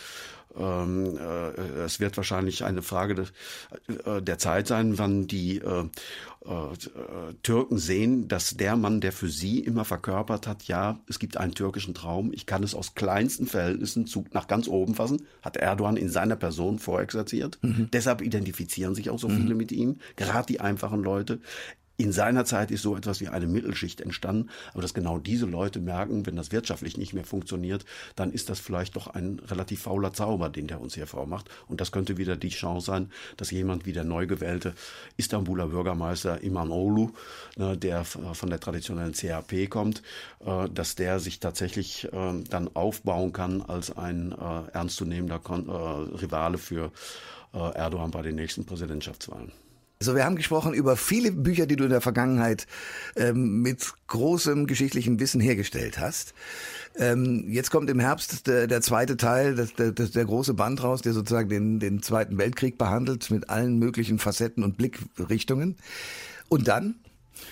Speaker 3: es wird wahrscheinlich eine Frage der Zeit sein, wann die Türken sehen, dass der Mann, der für sie immer verkörpert hat, ja, es gibt einen türkischen Traum, ich kann es aus kleinsten Verhältnissen nach ganz oben fassen, hat Erdogan in seiner Person vorexerziert. Deshalb identifizieren sich auch so viele mit ihm, gerade die einfachen Leute. In seiner Zeit ist so etwas wie eine Mittelschicht entstanden, aber dass genau diese Leute merken, wenn das wirtschaftlich nicht mehr funktioniert, dann ist das vielleicht doch ein relativ fauler Zauber, den der uns hier vormacht. Und das könnte wieder die Chance sein, dass jemand wie der neu gewählte Istanbuler Bürgermeister İmamoğlu, der von der traditionellen CHP kommt, dass der sich tatsächlich dann aufbauen kann als ein ernstzunehmender Rivale für Erdogan bei den nächsten Präsidentschaftswahlen.
Speaker 2: Also wir haben gesprochen über viele Bücher, die du in der Vergangenheit mit großem geschichtlichen Wissen hergestellt hast. Jetzt kommt im Herbst der zweite Teil, der große Band raus, der sozusagen den Zweiten Weltkrieg behandelt mit allen möglichen Facetten und Blickrichtungen. Und dann?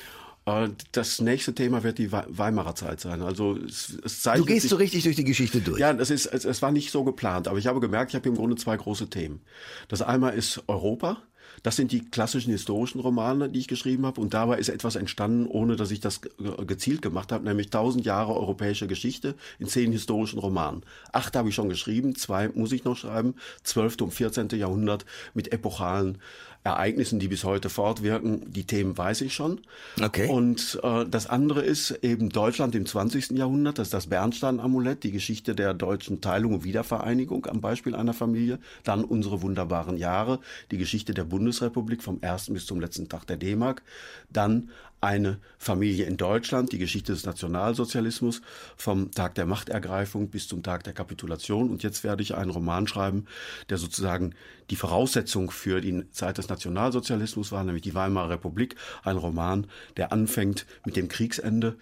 Speaker 3: Das nächste Thema wird die Weimarer Zeit sein. Also es zeichnet
Speaker 2: Du gehst
Speaker 3: sich,
Speaker 2: so richtig durch die Geschichte durch.
Speaker 3: Ja, es war nicht so geplant, aber ich habe gemerkt, ich habe im Grunde zwei große Themen. Das einmal ist Europa. Das sind die klassischen historischen Romane, die ich geschrieben habe. Und dabei ist etwas entstanden, ohne dass ich das gezielt gemacht habe, nämlich 1000 Jahre europäische Geschichte in 10 historischen Romanen. 8 habe ich schon geschrieben, 2 muss ich noch schreiben. 12. und 14. Jahrhundert mit epochalen Ereignissen, die bis heute fortwirken. Die Themen weiß ich schon.
Speaker 2: Okay.
Speaker 3: Und das andere ist eben Deutschland im 20. Jahrhundert. Das ist das Bernstein-Amulett, die Geschichte der deutschen Teilung und Wiedervereinigung am Beispiel einer Familie. Dann unsere wunderbaren Jahre, die Geschichte der Bundesrepublik vom ersten bis zum letzten Tag der D-Mark. Dann eine Familie in Deutschland, die Geschichte des Nationalsozialismus vom Tag der Machtergreifung bis zum Tag der Kapitulation. Und jetzt werde ich einen Roman schreiben, der sozusagen die Voraussetzung für die Zeit des Nationalsozialismus war, nämlich die Weimarer Republik. Ein Roman, der anfängt mit dem Kriegsende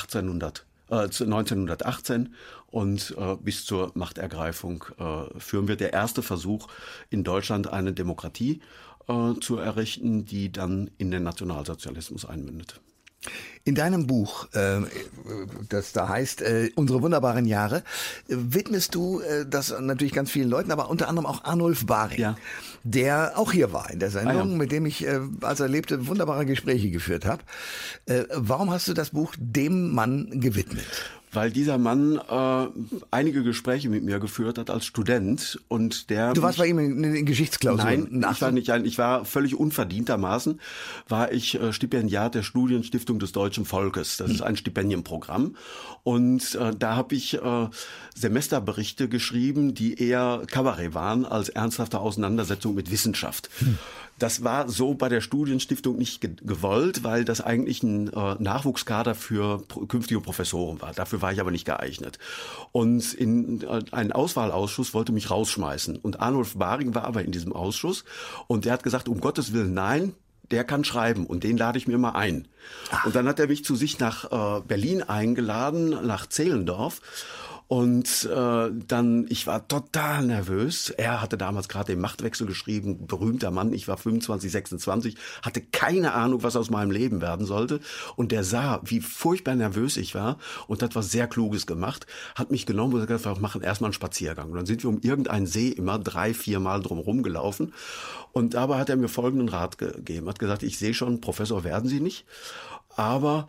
Speaker 3: 1918 und bis zur Machtergreifung führen wir. Der erste Versuch in Deutschland, eine Demokratie zu errichten, die dann in den Nationalsozialismus einmündet.
Speaker 2: In deinem Buch, das da heißt Unsere wunderbaren Jahre, widmest du das natürlich ganz vielen Leuten, aber unter anderem auch Arnulf Baring,
Speaker 3: ja,
Speaker 2: der auch hier war in der Sendung,
Speaker 3: ja,
Speaker 2: mit dem ich, als er lebte, wunderbare Gespräche geführt habe. Warum hast du das Buch dem Mann gewidmet?
Speaker 3: Weil dieser Mann einige Gespräche mit mir geführt hat als Student und der.
Speaker 2: Du warst bei ihm in den Geschichtsklausuren?
Speaker 3: Nein, ich war völlig unverdientermaßen, war ich Stipendiat der Studienstiftung des Deutschen Volkes. Das ist ein Stipendienprogramm und da habe ich Semesterberichte geschrieben, die eher Kabarett waren als ernsthafte Auseinandersetzung mit Wissenschaft. Das war so bei der Studienstiftung nicht gewollt, weil das eigentlich ein Nachwuchskader für künftige Professoren war. Dafür war ich aber nicht geeignet. Und ein Auswahlausschuss wollte mich rausschmeißen. Und Arnulf Baring war aber in diesem Ausschuss und der hat gesagt, um Gottes Willen, nein, der kann schreiben und den lade ich mir mal ein. Und dann hat er mich zu sich nach Berlin eingeladen, nach Zehlendorf. Und ich war total nervös. Er hatte damals gerade den Machtwechsel geschrieben, berühmter Mann. Ich war 25, 26, hatte keine Ahnung, was aus meinem Leben werden sollte. Und der sah, wie furchtbar nervös ich war und hat was sehr Kluges gemacht. Hat mich genommen und gesagt, wir machen erstmal einen Spaziergang. Und dann sind wir um irgendeinen See immer 3-4 Mal drumherum gelaufen. Und dabei hat er mir folgenden Rat gegeben. Hat gesagt, ich sehe schon, Professor werden Sie nicht, aber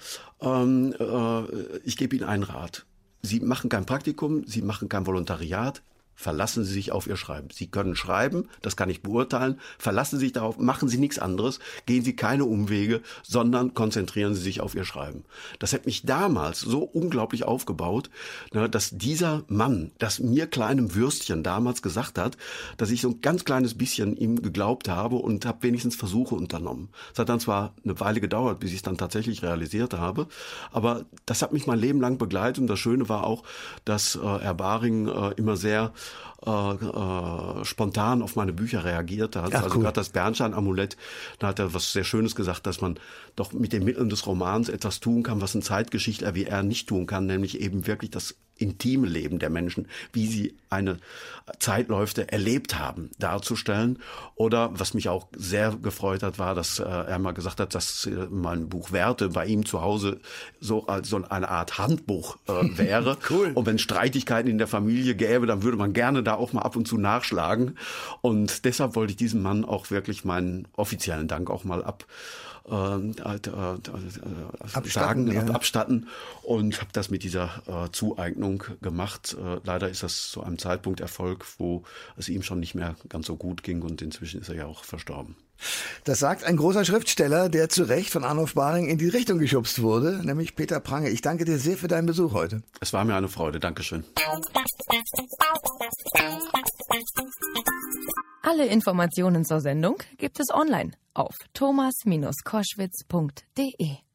Speaker 3: ich gebe Ihnen einen Rat. Sie machen kein Praktikum, Sie machen kein Volontariat, verlassen Sie sich auf Ihr Schreiben. Sie können schreiben, das kann ich beurteilen, verlassen Sie sich darauf, machen Sie nichts anderes, gehen Sie keine Umwege, sondern konzentrieren Sie sich auf Ihr Schreiben. Das hat mich damals so unglaublich aufgebaut, dass dieser Mann, das mir kleinem Würstchen damals gesagt hat, dass ich so ein ganz kleines bisschen ihm geglaubt habe und habe wenigstens Versuche unternommen. Es hat dann zwar eine Weile gedauert, bis ich es dann tatsächlich realisiert habe, aber das hat mich mein Leben lang begleitet und das Schöne war auch, dass Herr Baring immer sehr spontan auf meine Bücher reagiert hat.
Speaker 2: Ach,
Speaker 3: also
Speaker 2: cool.
Speaker 3: gerade das Bernstein-Amulett, da hat er was sehr Schönes gesagt, dass man doch mit den Mitteln des Romans etwas tun kann, was ein Zeitgeschichtler wie er nicht tun kann, nämlich eben wirklich das intime Leben der Menschen, wie sie eine Zeitläufe erlebt haben, darzustellen. Oder was mich auch sehr gefreut hat, war, dass er mal gesagt hat, dass mein Buch Werte bei ihm zu Hause so eine Art Handbuch wäre.
Speaker 2: Cool.
Speaker 3: Und wenn Streitigkeiten in der Familie gäbe, dann würde man gerne da auch mal ab und zu nachschlagen. Und deshalb wollte ich diesem Mann auch wirklich meinen offiziellen Dank auch mal abstatten und habe das mit dieser Zueignung gemacht. Leider ist das zu einem Zeitpunkt Erfolg, wo es ihm schon nicht mehr ganz so gut ging und inzwischen ist er ja auch verstorben.
Speaker 2: Das sagt ein großer Schriftsteller, der zu Recht von Arnulf Baring in die Richtung geschubst wurde, nämlich Peter Prange. Ich danke dir sehr für deinen Besuch heute.
Speaker 3: Es war mir eine Freude. Dankeschön.
Speaker 1: Alle Informationen zur Sendung gibt es online auf thomas-koschwitz.de.